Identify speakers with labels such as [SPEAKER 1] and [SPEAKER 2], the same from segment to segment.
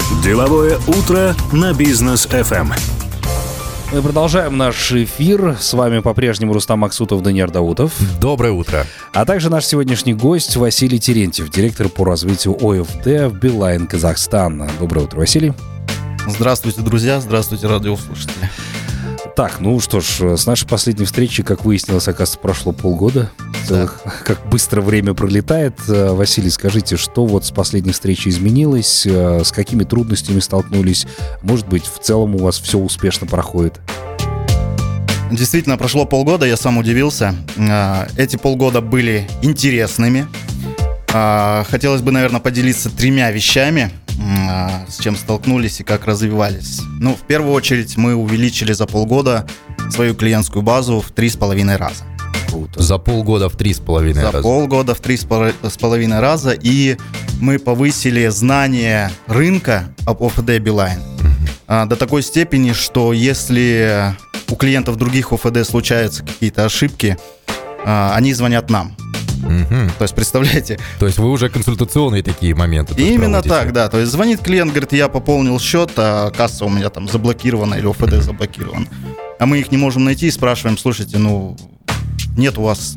[SPEAKER 1] Деловое утро на Бизнес FM.
[SPEAKER 2] Мы продолжаем наш эфир. С вами по-прежнему Рустам Максутов, Даниил Даутов.
[SPEAKER 3] Доброе утро.
[SPEAKER 2] А также наш сегодняшний гость Василий Терентьев, директор по развитию ОФД в Билайн Казахстан. Доброе утро, Василий.
[SPEAKER 4] Здравствуйте, друзья. Здравствуйте, радиослушатели.
[SPEAKER 2] Так, ну что ж, с нашей последней встречи, как выяснилось, оказывается, прошло полгода.
[SPEAKER 4] Да.
[SPEAKER 2] Как быстро время пролетает. Василий, скажите, что вот с последней встречи изменилось, с какими трудностями столкнулись? Может быть, в целом у вас все успешно проходит?
[SPEAKER 4] Действительно, прошло полгода, я сам удивился. Эти полгода были интересными. Хотелось бы, наверное, поделиться 3 вещами, с чем столкнулись и как развивались. Ну, в первую очередь, мы увеличили за полгода свою клиентскую базу в 3,5 раза.
[SPEAKER 2] Круто.
[SPEAKER 3] За полгода в 3,5 раза.
[SPEAKER 4] За полгода в 3,5 раза. И мы повысили знание рынка об ОФД Билайн до такой степени, что если у клиентов других ОФД случаются какие-то ошибки, они звонят нам. То есть, представляете?
[SPEAKER 3] То есть вы уже консультационные такие моменты
[SPEAKER 4] Именно
[SPEAKER 3] проводите.
[SPEAKER 4] так, да. То есть звонит клиент, говорит, я пополнил счет, а касса у меня там заблокирована или ОФД заблокирован. А мы их не можем найти и спрашиваем, слушайте, ну, нет у вас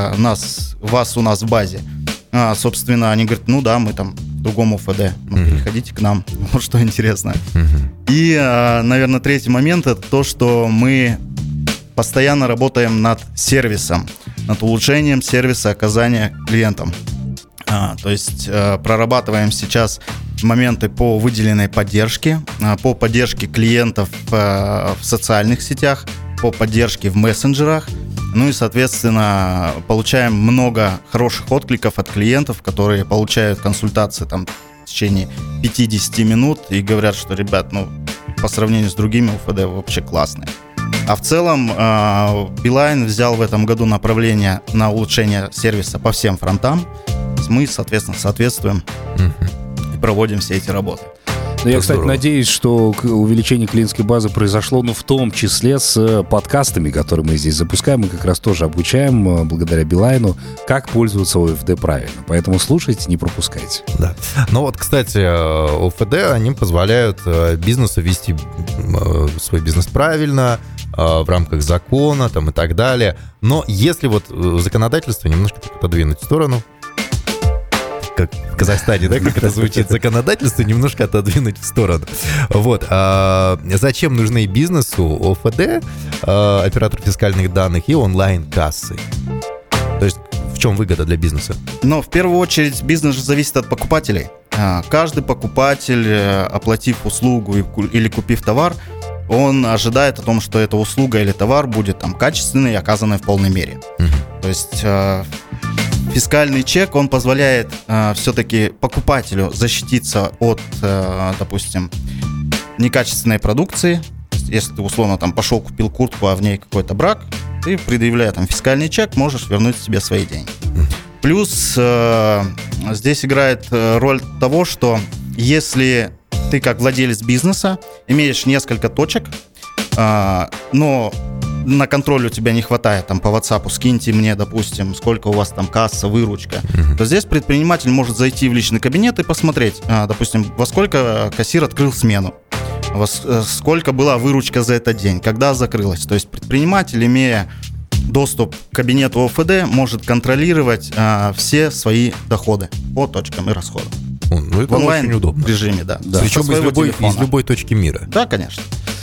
[SPEAKER 4] вас у нас в базе. Собственно, они говорят, ну да, мы там в другом ОФД. Ну, переходите к нам. Вот что интересно. И, наверное, третий момент – это то, что мы постоянно работаем над сервисом, над улучшением сервиса оказания клиентам. То есть прорабатываем сейчас моменты по выделенной поддержке, по поддержке клиентов в социальных сетях, по поддержке в мессенджерах. Ну и, соответственно, получаем много хороших откликов от клиентов, которые получают консультации там в течение 50 минут и говорят, что, ребят, ну, по сравнению с другими ОФД вообще классные. А в целом Билайн взял в этом году направление на улучшение сервиса по всем фронтам. Мы, соответственно, соответствуем и проводим все эти работы.
[SPEAKER 2] Ну, я, кстати, надеюсь, что увеличение клиентской базы произошло, в том числе с подкастами, которые мы здесь запускаем. Мы как раз тоже обучаем, благодаря Билайну, как пользоваться ОФД правильно. Поэтому слушайте, не пропускайте.
[SPEAKER 3] Да. Ну вот, кстати, ОФД, они позволяют бизнесу вести свой бизнес правильно, в рамках закона там, и так далее. Но если вот законодательство немножко так отодвинуть в сторону, как в Казахстане, да, как это звучит, законодательство немножко отодвинуть в сторону. Вот. Зачем нужны бизнесу ОФД, оператор фискальных данных и онлайн-кассы? То есть в чем выгода для бизнеса?
[SPEAKER 4] Но в первую очередь бизнес же зависит от покупателей. Каждый покупатель, оплатив услугу или купив товар, он ожидает о том, что эта услуга или товар будет там качественной и оказанной в полной мере. То есть фискальный чек, он позволяет все-таки покупателю защититься от, допустим, некачественной продукции. Если ты условно там пошел, купил куртку, а в ней какой-то брак, ты, предъявляя там фискальный чек, можешь вернуть себе свои деньги. Плюс здесь играет роль того, что если ты как владелец бизнеса имеешь несколько точек, но на контроль у тебя не хватает, там по WhatsApp скиньте мне, допустим, сколько у вас там касса, выручка, то здесь предприниматель может зайти в личный кабинет и посмотреть, допустим, во сколько кассир открыл смену, сколько была выручка за этот день, когда закрылась. То есть предприниматель, имея доступ к кабинету ОФД, может контролировать все свои доходы по точкам и расходам.
[SPEAKER 3] Ну, это
[SPEAKER 4] в онлайн
[SPEAKER 3] очень удобно.
[SPEAKER 4] режиме, да.
[SPEAKER 3] Причем из любой точки мира.
[SPEAKER 4] Да, конечно.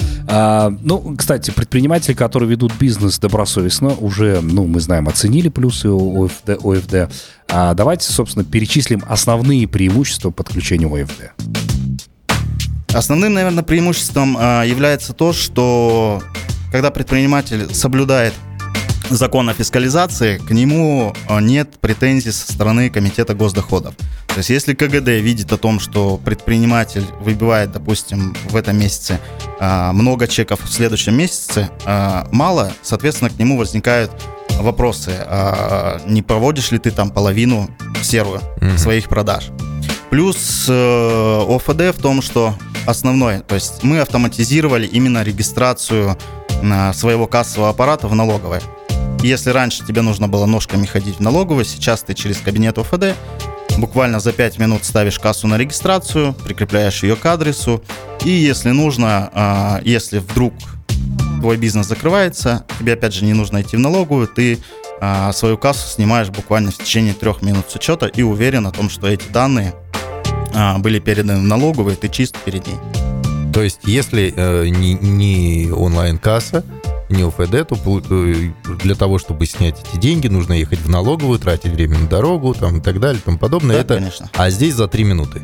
[SPEAKER 2] Кстати, предприниматели, которые ведут бизнес добросовестно, уже, мы знаем, оценили плюсы ОФД. Давайте, собственно, перечислим основные преимущества подключения ОФД.
[SPEAKER 4] Основным, наверное, преимуществом является то, что когда предприниматель соблюдает закон о фискализации, к нему нет претензий со стороны Комитета госдоходов. То есть если КГД видит о том, что предприниматель выбивает, допустим, в этом месяце много чеков, в следующем месяце мало, соответственно, к нему возникают вопросы, не проводишь ли ты там половину серую своих продаж. Плюс ОФД в том, что основной, то есть мы автоматизировали именно регистрацию своего кассового аппарата в налоговой. Если раньше тебе нужно было ножками ходить в налоговую, сейчас ты через кабинет ОФД Буквально за 5 минут ставишь кассу на регистрацию, прикрепляешь ее к адресу. И если нужно, если вдруг твой бизнес закрывается, тебе опять же не нужно идти в налоговую, ты свою кассу снимаешь буквально в течение 3 минут с учета и уверен о том, что эти данные были переданы в налоговую, и ты чист перед ней.
[SPEAKER 3] То есть, если не онлайн-касса, не ОФД, то для того, чтобы снять эти деньги, нужно ехать в налоговую, тратить время на дорогу там, и так далее, и тому подобное.
[SPEAKER 4] Да, конечно.
[SPEAKER 3] А здесь за 3 минуты.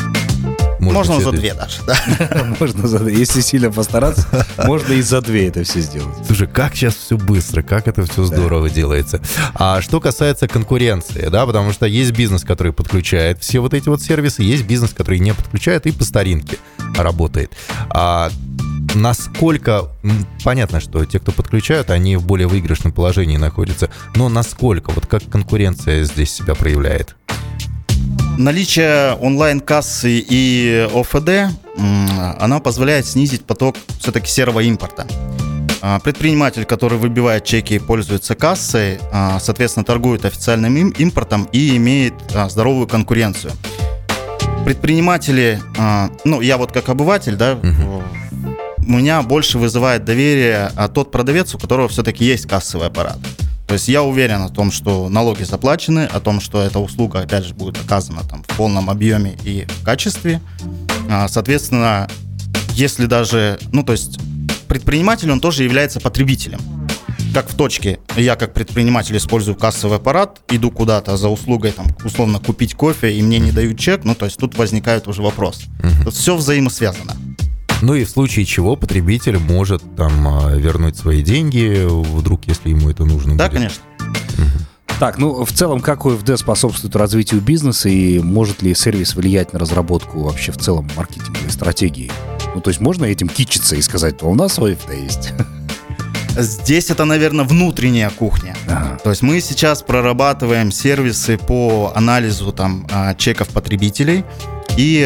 [SPEAKER 4] Можно за 2 даже, да.
[SPEAKER 2] Можно за 2. Если сильно постараться, можно и за 2 это все сделать.
[SPEAKER 3] Слушай, как сейчас все быстро, как это все здорово делается. А что касается конкуренции, да, потому что есть бизнес, который подключает все вот эти вот сервисы, есть бизнес, который не подключает и по старинке работает. Насколько, понятно, что те, кто подключают, они в более выигрышном положении находятся, но насколько, вот как конкуренция здесь себя проявляет?
[SPEAKER 4] Наличие онлайн-кассы и ОФД, она позволяет снизить поток все-таки серого импорта. Предприниматель, который выбивает чеки и пользуется кассой, соответственно, торгует официальным импортом и имеет здоровую конкуренцию. Предприниматели, я вот как обыватель, да, у меня больше вызывает доверие тот продавец, у которого все-таки есть кассовый аппарат. То есть я уверен о том, что налоги заплачены, о том, что эта услуга, опять же, будет оказана там в полном объеме и качестве. Соответственно, если даже, то есть предприниматель, он тоже является потребителем. Как в точке, я как предприниматель использую кассовый аппарат, иду куда-то за услугой, там, условно, купить кофе, и мне не дают чек, то есть тут возникает уже вопрос. Тут все взаимосвязано.
[SPEAKER 3] Ну и в случае чего потребитель может там вернуть свои деньги, вдруг, если ему это нужно.
[SPEAKER 4] Да,
[SPEAKER 3] будет.
[SPEAKER 4] конечно.
[SPEAKER 2] Так, в целом, как ОФД способствует развитию бизнеса и может ли сервис влиять на разработку вообще в целом маркетинговой стратегии? То есть можно этим кичиться и сказать, у нас ОФД есть?
[SPEAKER 4] Здесь это, наверное, внутренняя кухня. Ага. То есть мы сейчас прорабатываем сервисы по анализу чеков потребителей и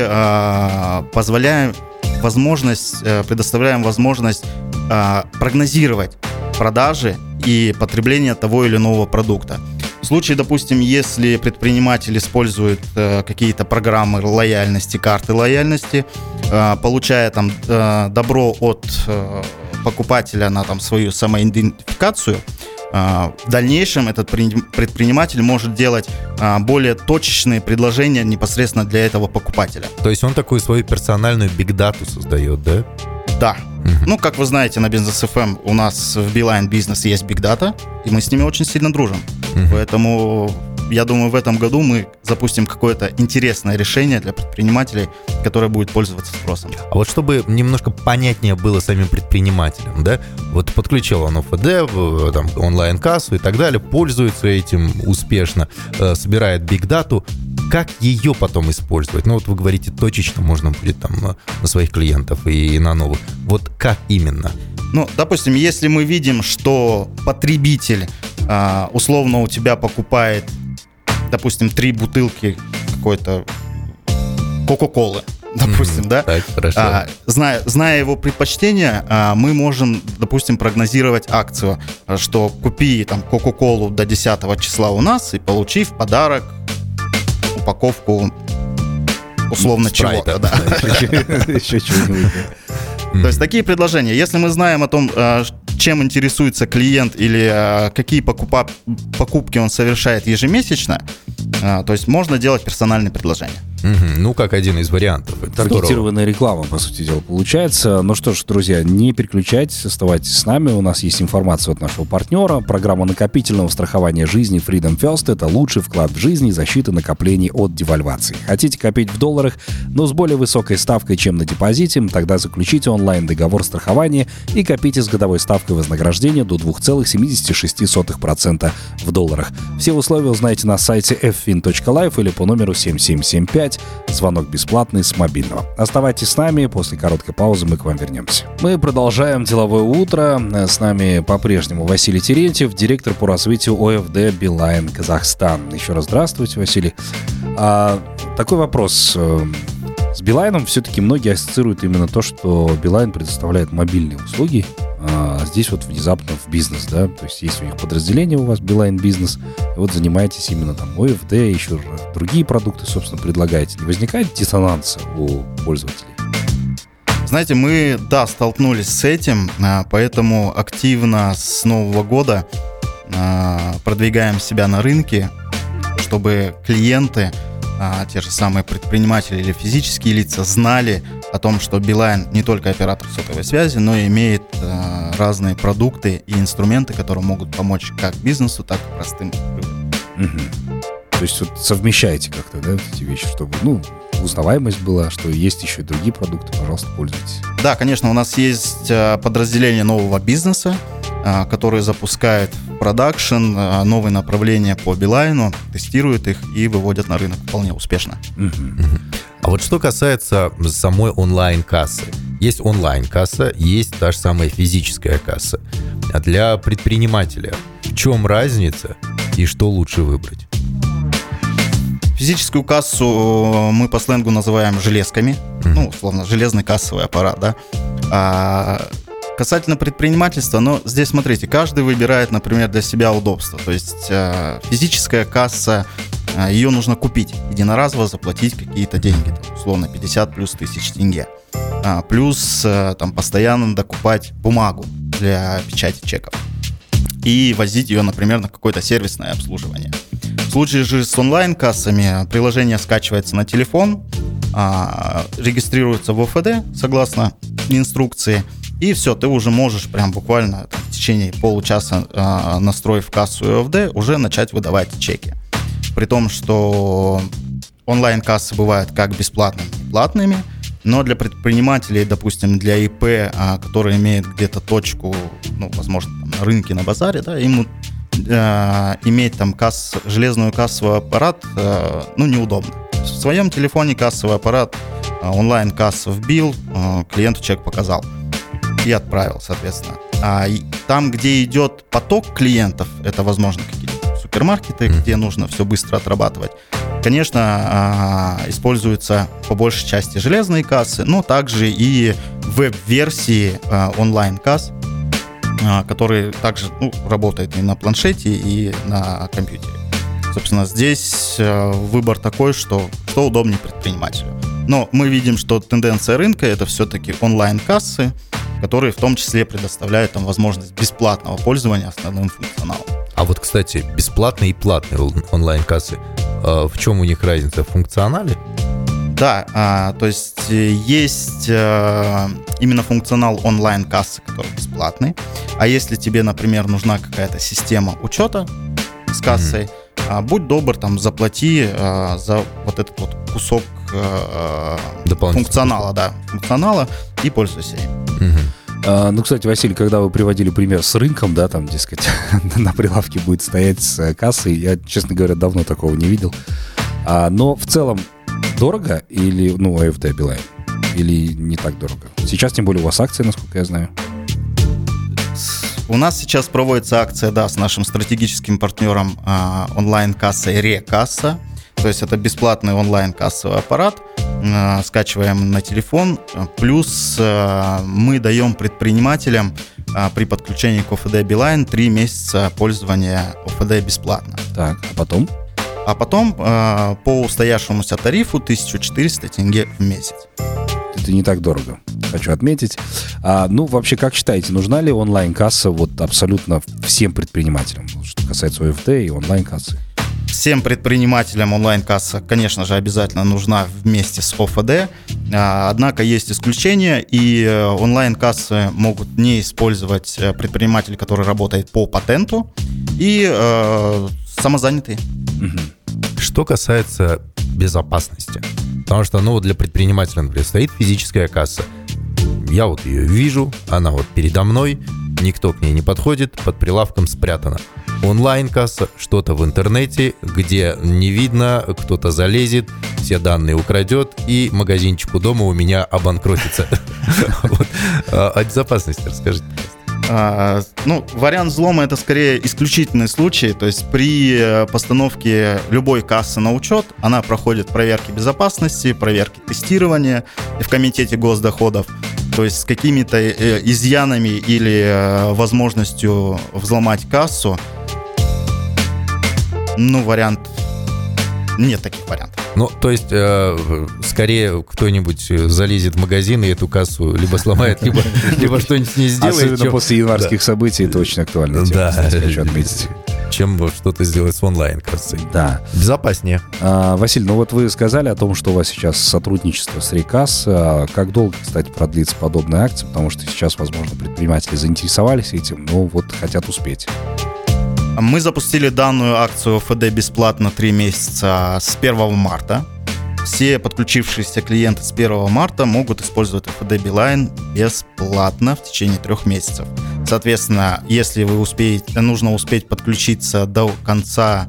[SPEAKER 4] предоставляем возможность прогнозировать продажи и потребление того или иного продукта. В случае, допустим, если предприниматель использует какие-то программы лояльности, карты лояльности, получая добро от покупателя на свою самоидентификацию, в дальнейшем этот предприниматель может делать более точечные предложения непосредственно для этого покупателя.
[SPEAKER 3] То есть он такую свою персональную биг-дату создает, да?
[SPEAKER 4] Да. Как вы знаете, на Business FM у нас в Beeline Business есть Big Data, и мы с ними очень сильно дружим. Поэтому я думаю, в этом году мы запустим какое-то интересное решение для предпринимателей, которое будет пользоваться спросом.
[SPEAKER 3] А вот чтобы немножко понятнее было самим предпринимателям, да, вот подключил он ОФД, онлайн-кассу и так далее, пользуется этим успешно, собирает биг-дату, как ее потом использовать? Вот вы говорите, точечно можно будет на своих клиентов и на новых. Вот как именно?
[SPEAKER 4] Допустим, если мы видим, что потребитель условно у тебя покупает, допустим, 3 бутылки какой-то Кока-Колы, допустим, да?
[SPEAKER 3] Так, хорошо.
[SPEAKER 4] Зная его предпочтения, мы можем, допустим, прогнозировать акцию, что купи Кока-Колу до 10 числа у нас и получи в подарок упаковку условно чего-то. Да.
[SPEAKER 2] Еще чего-нибудь.
[SPEAKER 4] То есть такие предложения. Если мы знаем о том, чем интересуется клиент или какие покупки он совершает ежемесячно, то есть можно делать персональные предложения.
[SPEAKER 3] Как один из вариантов.
[SPEAKER 2] Таргетированная реклама, по сути дела, получается. Что ж, друзья, не переключайтесь, оставайтесь с нами. У нас есть информация от нашего партнера. Программа накопительного страхования жизни Freedom First – это лучший вклад в жизнь и защита накоплений от девальвации. Хотите копить в долларах, но с более высокой ставкой, чем на депозите? Тогда заключите онлайн-договор страхования и копите с годовой ставкой вознаграждения до 2,76% в долларах. Все условия узнаете на сайте ffin.life или по номеру 7775. Звонок бесплатный с мобильного. Оставайтесь с нами, после короткой паузы мы к вам вернемся. Мы продолжаем деловое утро. С нами по-прежнему Василий Терентьев, директор по развитию ОФД Beeline Казахстан. Еще раз здравствуйте, Василий. Такой вопрос. С Beeline все-таки многие ассоциируют именно то, что Beeline предоставляет мобильные услуги здесь вот внезапно в бизнес, да, то есть есть у них подразделение у вас, Билайн Бизнес, и вот занимаетесь именно там ОФД, еще другие продукты, собственно, предлагаете. Не возникает диссонанса у пользователей?
[SPEAKER 4] Знаете, мы, столкнулись с этим, поэтому активно с Нового года продвигаем себя на рынке, чтобы клиенты, те же самые предприниматели или физические лица, знали о том, что Билайн не только оператор сотовой связи, но и имеет разные продукты и инструменты, которые могут помочь как бизнесу, так и простым людям.
[SPEAKER 2] То есть вот совмещаете как-то, да, эти вещи, чтобы, узнаваемость была, что есть еще и другие продукты, пожалуйста, пользуйтесь.
[SPEAKER 4] Да, конечно, у нас есть подразделение нового бизнеса, которые запускают в продакшн новые направления по Билайну, тестируют их и выводят на рынок вполне успешно.
[SPEAKER 3] А вот что касается самой онлайн-кассы. Есть онлайн-касса, есть та же самая физическая касса. А для предпринимателя в чем разница и что лучше выбрать?
[SPEAKER 4] Физическую кассу мы по сленгу называем железками, условно, железный кассовый аппарат, да. Касательно предпринимательства, здесь, смотрите, каждый выбирает, например, для себя удобство. То есть физическая касса, ее нужно купить, единоразово заплатить какие-то деньги, там, условно 50 плюс тысяч тенге. Плюс там постоянно докупать бумагу для печати чеков и возить ее, например, на какое-то сервисное обслуживание. В случае же с онлайн-кассами приложение скачивается на телефон, регистрируется в ОФД согласно инструкции, и все, ты уже можешь прям буквально в течение получаса, настроив кассу и ОФД, уже начать выдавать чеки. При том, что онлайн-кассы бывают как бесплатными, так и платными, но для предпринимателей, допустим, для ИП, которые имеют где-то точку, возможно, там, на рынке, на базаре, да, ему иметь там железную кассовый аппарат, неудобно. В своем телефоне кассовый аппарат, онлайн-касса вбил, клиенту чек показал и отправил, соответственно. А там, где идет поток клиентов, это, возможно, какие-то супермаркеты, где нужно все быстро отрабатывать, конечно, используются по большей части железные кассы, но также и веб-версии онлайн-касс, который также работает и на планшете, и на компьютере. Собственно, здесь выбор такой, что удобнее предпринимателю. Но мы видим, что тенденция рынка — это все-таки онлайн-кассы, которые в том числе предоставляют там возможность бесплатного пользования основным функционалом.
[SPEAKER 3] А вот, кстати, бесплатные и платные онлайн-кассы, в чем у них разница? В функционале?
[SPEAKER 4] Да, то есть есть именно функционал онлайн-кассы, который бесплатный. А если тебе, например, нужна какая-то система учета с кассой, будь добр, там, заплати за вот этот вот кусок функционала и пользуйся им.
[SPEAKER 2] Кстати, Василий, когда вы приводили пример с рынком, да, там, дескать, на прилавке будет стоять с кассой, я, честно говоря, давно такого не видел. Но в целом дорого или, ОФД Билайн? Или не так дорого? Сейчас, тем более, у вас акции, насколько я знаю.
[SPEAKER 4] У нас сейчас проводится акция, с нашим стратегическим партнером онлайн-кассой Рекасса. То есть это бесплатный онлайн-кассовый аппарат, скачиваем на телефон. Плюс мы даем предпринимателям при подключении к ОФД Билайн 3 месяца пользования ОФД бесплатно.
[SPEAKER 2] Так, а потом?
[SPEAKER 4] А потом по устоявшемуся тарифу 1400 тенге в месяц.
[SPEAKER 2] Это не так дорого, хочу отметить. Вообще, как считаете, нужна ли онлайн-касса вот абсолютно всем предпринимателям, что касается ОФД и онлайн-кассы?
[SPEAKER 4] Всем предпринимателям онлайн-касса, конечно же, обязательно нужна вместе с ОФД. Однако есть исключения, и онлайн-кассы могут не использовать предприниматель, который работает по патенту, и самозанятые.
[SPEAKER 3] Что касается безопасности. Потому что, для предпринимателя, например, стоит физическая касса. Я вот ее вижу, она вот передо мной, никто к ней не подходит, под прилавком спрятана. Онлайн-касса, что-то в интернете, где не видно, кто-то залезет, все данные украдет, и магазинчик у дома у меня обанкротится. О безопасности расскажите, пожалуйста.
[SPEAKER 4] Вариант взлома — это скорее исключительный случай. То есть при постановке любой кассы на учет она проходит проверки безопасности, проверки тестирования в комитете госдоходов. то есть с какими-то изъянами или возможностью взломать кассу, вариант... Нет таких вариантов.
[SPEAKER 3] Ну, то есть, скорее кто-нибудь залезет в магазин и эту кассу либо сломает, либо что-нибудь с ней сделает.
[SPEAKER 2] Особенно после январских событий это очень актуально.
[SPEAKER 3] Да,
[SPEAKER 2] хочу отметить.
[SPEAKER 3] Чем что-то сделать с онлайн-кассой.
[SPEAKER 2] Да.
[SPEAKER 3] Безопаснее.
[SPEAKER 2] Василий, вот вы сказали о том, что у вас сейчас сотрудничество с Рекасс. Как долго, кстати, продлится подобная акция? Потому что сейчас, возможно, предприниматели заинтересовались этим, но хотят успеть.
[SPEAKER 4] Мы запустили данную акцию ОФД бесплатно 3 месяца с 1 марта. Все подключившиеся клиенты с 1 марта могут использовать ОФД Билайн бесплатно в течение 3 месяцев. Соответственно, если вы нужно успеть подключиться до конца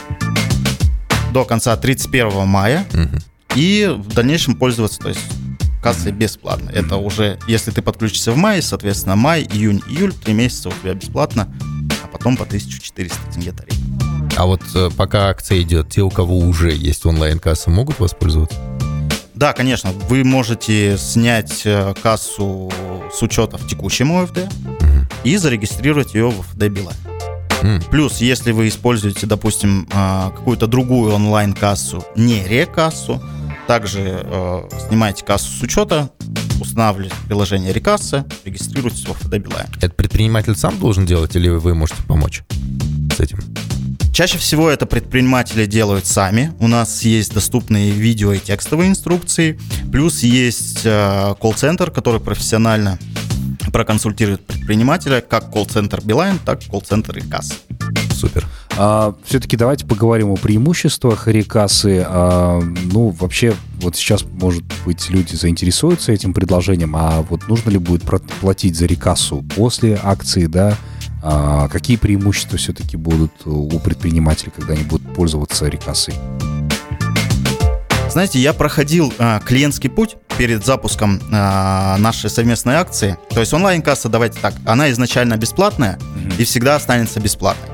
[SPEAKER 4] 31 мая и в дальнейшем пользоваться, то есть кассой бесплатно. Это уже, если ты подключишься в мае, соответственно, май, июнь, июль, 3 месяца у тебя бесплатно, а потом по 1400 тенге тариф.
[SPEAKER 3] А вот пока акция идет, те, у кого уже есть онлайн-касса, могут воспользоваться?
[SPEAKER 4] Да, конечно. Вы можете снять кассу с учета в текущем ОФД и зарегистрировать ее в ОФД Билайн. Плюс, если вы используете, допустим, какую-то другую онлайн-кассу, не рекассу, также снимаете кассу с учета, устанавливаете приложение Рекасса, регистрируетесь в ОФД Билайн.
[SPEAKER 3] Это предприниматель сам должен делать или вы можете помочь с этим?
[SPEAKER 4] Чаще всего это предприниматели делают сами. У нас есть доступные видео и текстовые инструкции. Плюс есть колл-центр, который профессионально проконсультирует предпринимателя, как колл-центр Билайн, так и колл-центр Рекасс.
[SPEAKER 3] Супер.
[SPEAKER 2] Все-таки давайте поговорим о преимуществах Рекассы. Вообще, сейчас, может быть, люди заинтересуются этим предложением, а нужно ли будет платить за Рекассу после акции, да? Какие преимущества все-таки будут у предпринимателей, когда они будут пользоваться Рекассой?
[SPEAKER 4] Знаете, я проходил клиентский путь перед запуском нашей совместной акции. То есть онлайн-касса, давайте так, она изначально бесплатная и всегда останется бесплатной.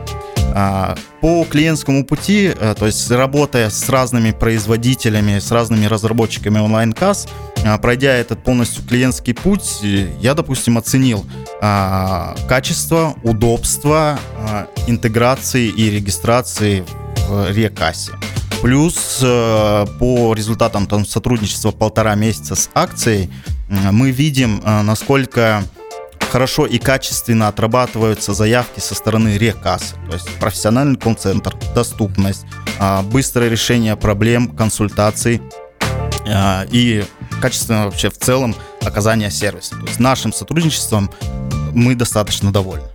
[SPEAKER 4] По клиентскому пути, то есть работая с разными производителями, с разными разработчиками онлайн-касс, пройдя этот полностью клиентский путь, я, допустим, оценил качество, удобство интеграции и регистрации в Рекассе. Плюс по результатам сотрудничества 1,5 месяца с акцией мы видим, насколько хорошо и качественно отрабатываются заявки со стороны Рекассы. То есть профессиональный колл-центр, доступность, быстрое решение проблем, консультаций и качественно вообще в целом оказание сервиса. То есть нашим сотрудничеством мы достаточно довольны.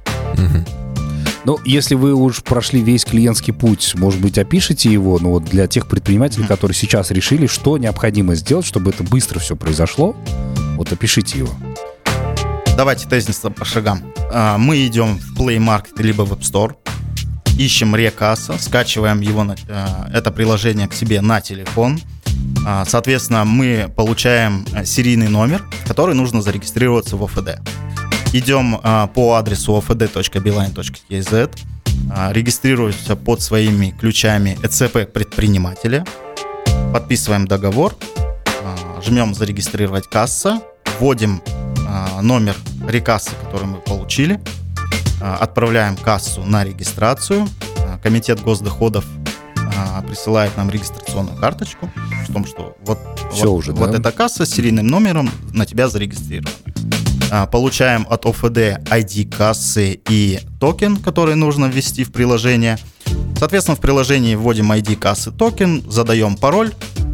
[SPEAKER 2] Если вы уж прошли весь клиентский путь, может быть, опишите его, для тех предпринимателей, которые сейчас решили, что необходимо сделать, чтобы это быстро все произошло, опишите его.
[SPEAKER 4] Давайте тезисно по шагам. Мы идем в Play Market либо в App Store, ищем Рекасса, скачиваем это приложение к себе на телефон. Соответственно, мы получаем серийный номер, который нужно зарегистрироваться в ОФД. Идем по адресу ofd.beeline.kz, регистрируемся под своими ключами ЭЦП предпринимателя, подписываем договор, жмем «Зарегистрировать касса», вводим номер Рекассы, который мы получили, отправляем кассу на регистрацию, комитет госдоходов присылает нам регистрационную карточку в том, что эта касса с серийным номером на тебя зарегистрирована. Получаем от ОФД ID кассы и токен, который нужно ввести в приложение. Соответственно, в приложении вводим ID кассы, токен, задаем пароль,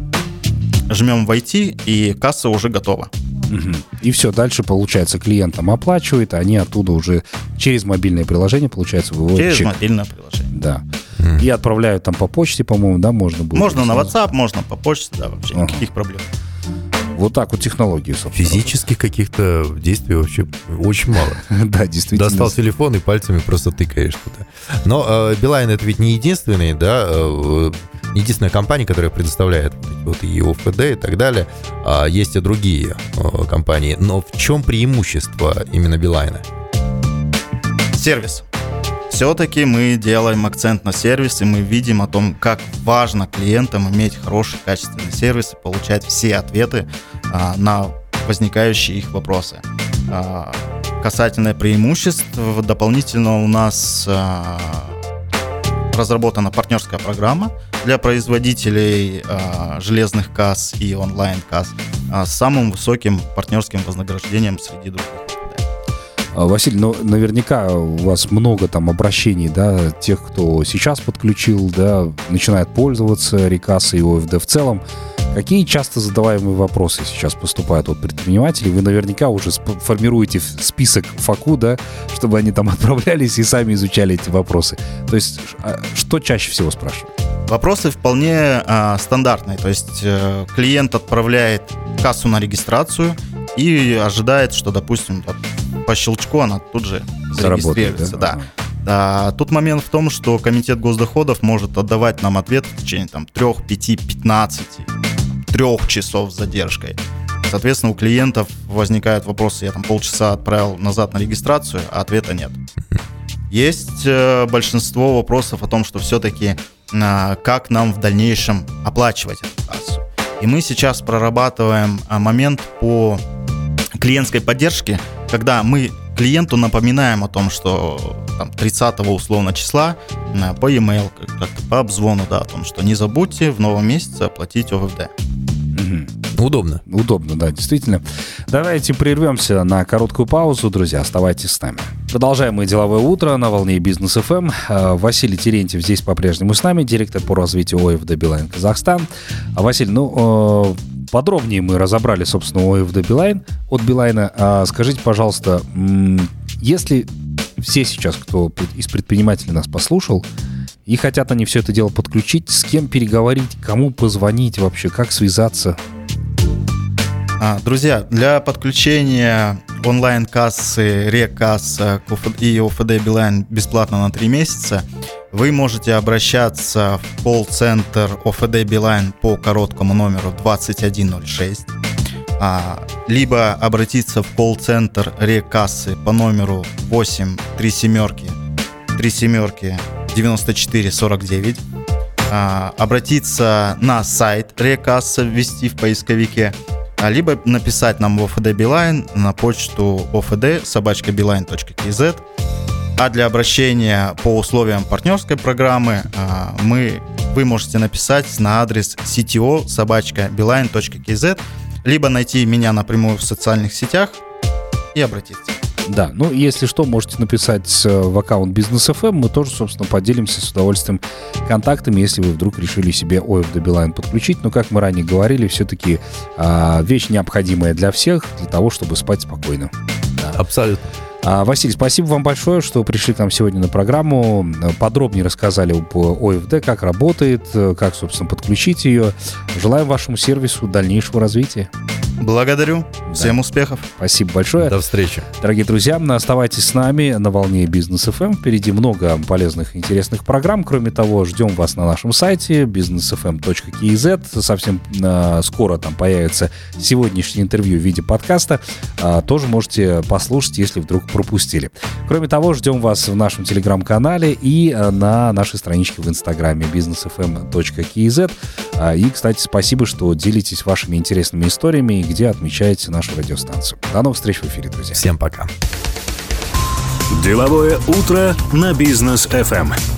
[SPEAKER 4] жмем «Войти», и касса уже готова.
[SPEAKER 2] И все, дальше, получается, клиентам оплачивает, они оттуда уже через мобильное приложение, получается, выводят
[SPEAKER 4] через
[SPEAKER 2] чек.
[SPEAKER 4] Мобильное приложение.
[SPEAKER 2] Да. И отправляют там по почте, по-моему, да, можно будет?
[SPEAKER 4] Можно на WhatsApp, можно по почте, да, вообще никаких проблем.
[SPEAKER 2] Вот так технологии, собственно.
[SPEAKER 3] Физических каких-то действий вообще очень мало.
[SPEAKER 2] Да, действительно.
[SPEAKER 3] Достал телефон и пальцами просто тыкаешь туда. Но Билайн это ведь не единственный, да, единственная компания, которая предоставляет и ОФД и так далее. Есть и другие компании. Но в чем преимущество именно Билайна?
[SPEAKER 4] Сервис. Все-таки мы делаем акцент на сервис, и мы видим о том, как важно клиентам иметь хороший, качественный сервис и получать все ответы на возникающие их вопросы. Касательно преимуществ, дополнительно у нас разработана партнерская программа для производителей железных касс и онлайн-касс с самым высоким партнерским вознаграждением среди других.
[SPEAKER 2] Василий, ну, наверняка у вас много там обращений, да, тех, кто сейчас подключил, да, начинает пользоваться рекассой и ОФД в целом. Какие часто задаваемые вопросы сейчас поступают от предпринимателей? Вы наверняка уже формируете список ФАКу, да, чтобы они там отправлялись и сами изучали эти вопросы. То есть, что чаще всего спрашивают?
[SPEAKER 4] Вопросы вполне стандартные. То есть, клиент отправляет кассу на регистрацию и ожидает, что, допустим, по щелчку она тут же зарегистрируется. Да. Тут момент в том, что Комитет госдоходов может отдавать нам ответ в течение 3, 5, 15, 3 часов с задержкой. Соответственно, у клиентов возникают вопросы: я полчаса отправил назад на регистрацию, а ответа нет. Есть большинство вопросов о том, что все-таки как нам в дальнейшем оплачивать эту кассу. И мы сейчас прорабатываем момент по клиентской поддержке, когда мы клиенту напоминаем о том, что 30-го условно числа по e-mail, как-то по обзвону, да, о том, что не забудьте в новом месяце оплатить ОФД.
[SPEAKER 3] Удобно.
[SPEAKER 2] Удобно, да, действительно. Давайте прервемся на короткую паузу, друзья, оставайтесь с нами. Продолжаем мы «Деловое утро» на волне Бизнес ФМ. Василий Терентьев здесь по-прежнему с нами, директор по развитию ОФД Билайн Казахстан. Василий, подробнее мы разобрали, собственно, ОФД Билайн от Билайна. Скажите, пожалуйста, если все сейчас, кто из предпринимателей нас послушал, и хотят они все это дело подключить, с кем переговорить, кому позвонить вообще, как связаться?
[SPEAKER 4] Друзья, для подключения онлайн-кассы, рекасса и ОФД Билайн бесплатно на 3 месяца вы можете обращаться в колл-центр ОФД Билайн по короткому номеру 2106, либо обратиться в колл-центр рекассы по номеру 8 94 49, обратиться на сайт рекасса, ввести в поисковике, либо написать нам в ОФД Билайн на почту ofd@beeline.kz. А для обращения по условиям партнерской программы вы можете написать на адрес cto@beeline.kz, либо найти меня напрямую в социальных сетях и обратиться.
[SPEAKER 2] Да, если что, можете написать в аккаунт Бизнес ФМ, мы тоже, собственно, поделимся с удовольствием контактами, если вы вдруг решили себе ОФД Билайн подключить. Но, как мы ранее говорили, все-таки вещь необходимая для всех, для того, чтобы спать спокойно.
[SPEAKER 3] Да. Абсолютно.
[SPEAKER 2] Василий, спасибо вам большое, что пришли к нам сегодня на программу, подробнее рассказали об ОФД, как работает, как, собственно, подключить ее. Желаем вашему сервису дальнейшего развития.
[SPEAKER 4] Благодарю. Всем успехов.
[SPEAKER 2] Спасибо большое.
[SPEAKER 3] До встречи.
[SPEAKER 2] Дорогие друзья, оставайтесь с нами на волне Бизнес ФМ. Впереди много полезных и интересных программ. Кроме того, ждем вас на нашем сайте businessfm.kz. Совсем скоро там появится сегодняшнее интервью в виде подкаста. Тоже можете послушать, если вдруг пропустили. Кроме того, ждем вас в нашем телеграм-канале и на нашей страничке в инстаграме businessfm.kz. И, кстати, спасибо, что делитесь вашими интересными историями, где отмечаете нашу радиостанцию. До новых встреч в эфире, друзья.
[SPEAKER 3] Всем пока.
[SPEAKER 1] Деловое утро на Бизнес ФМ.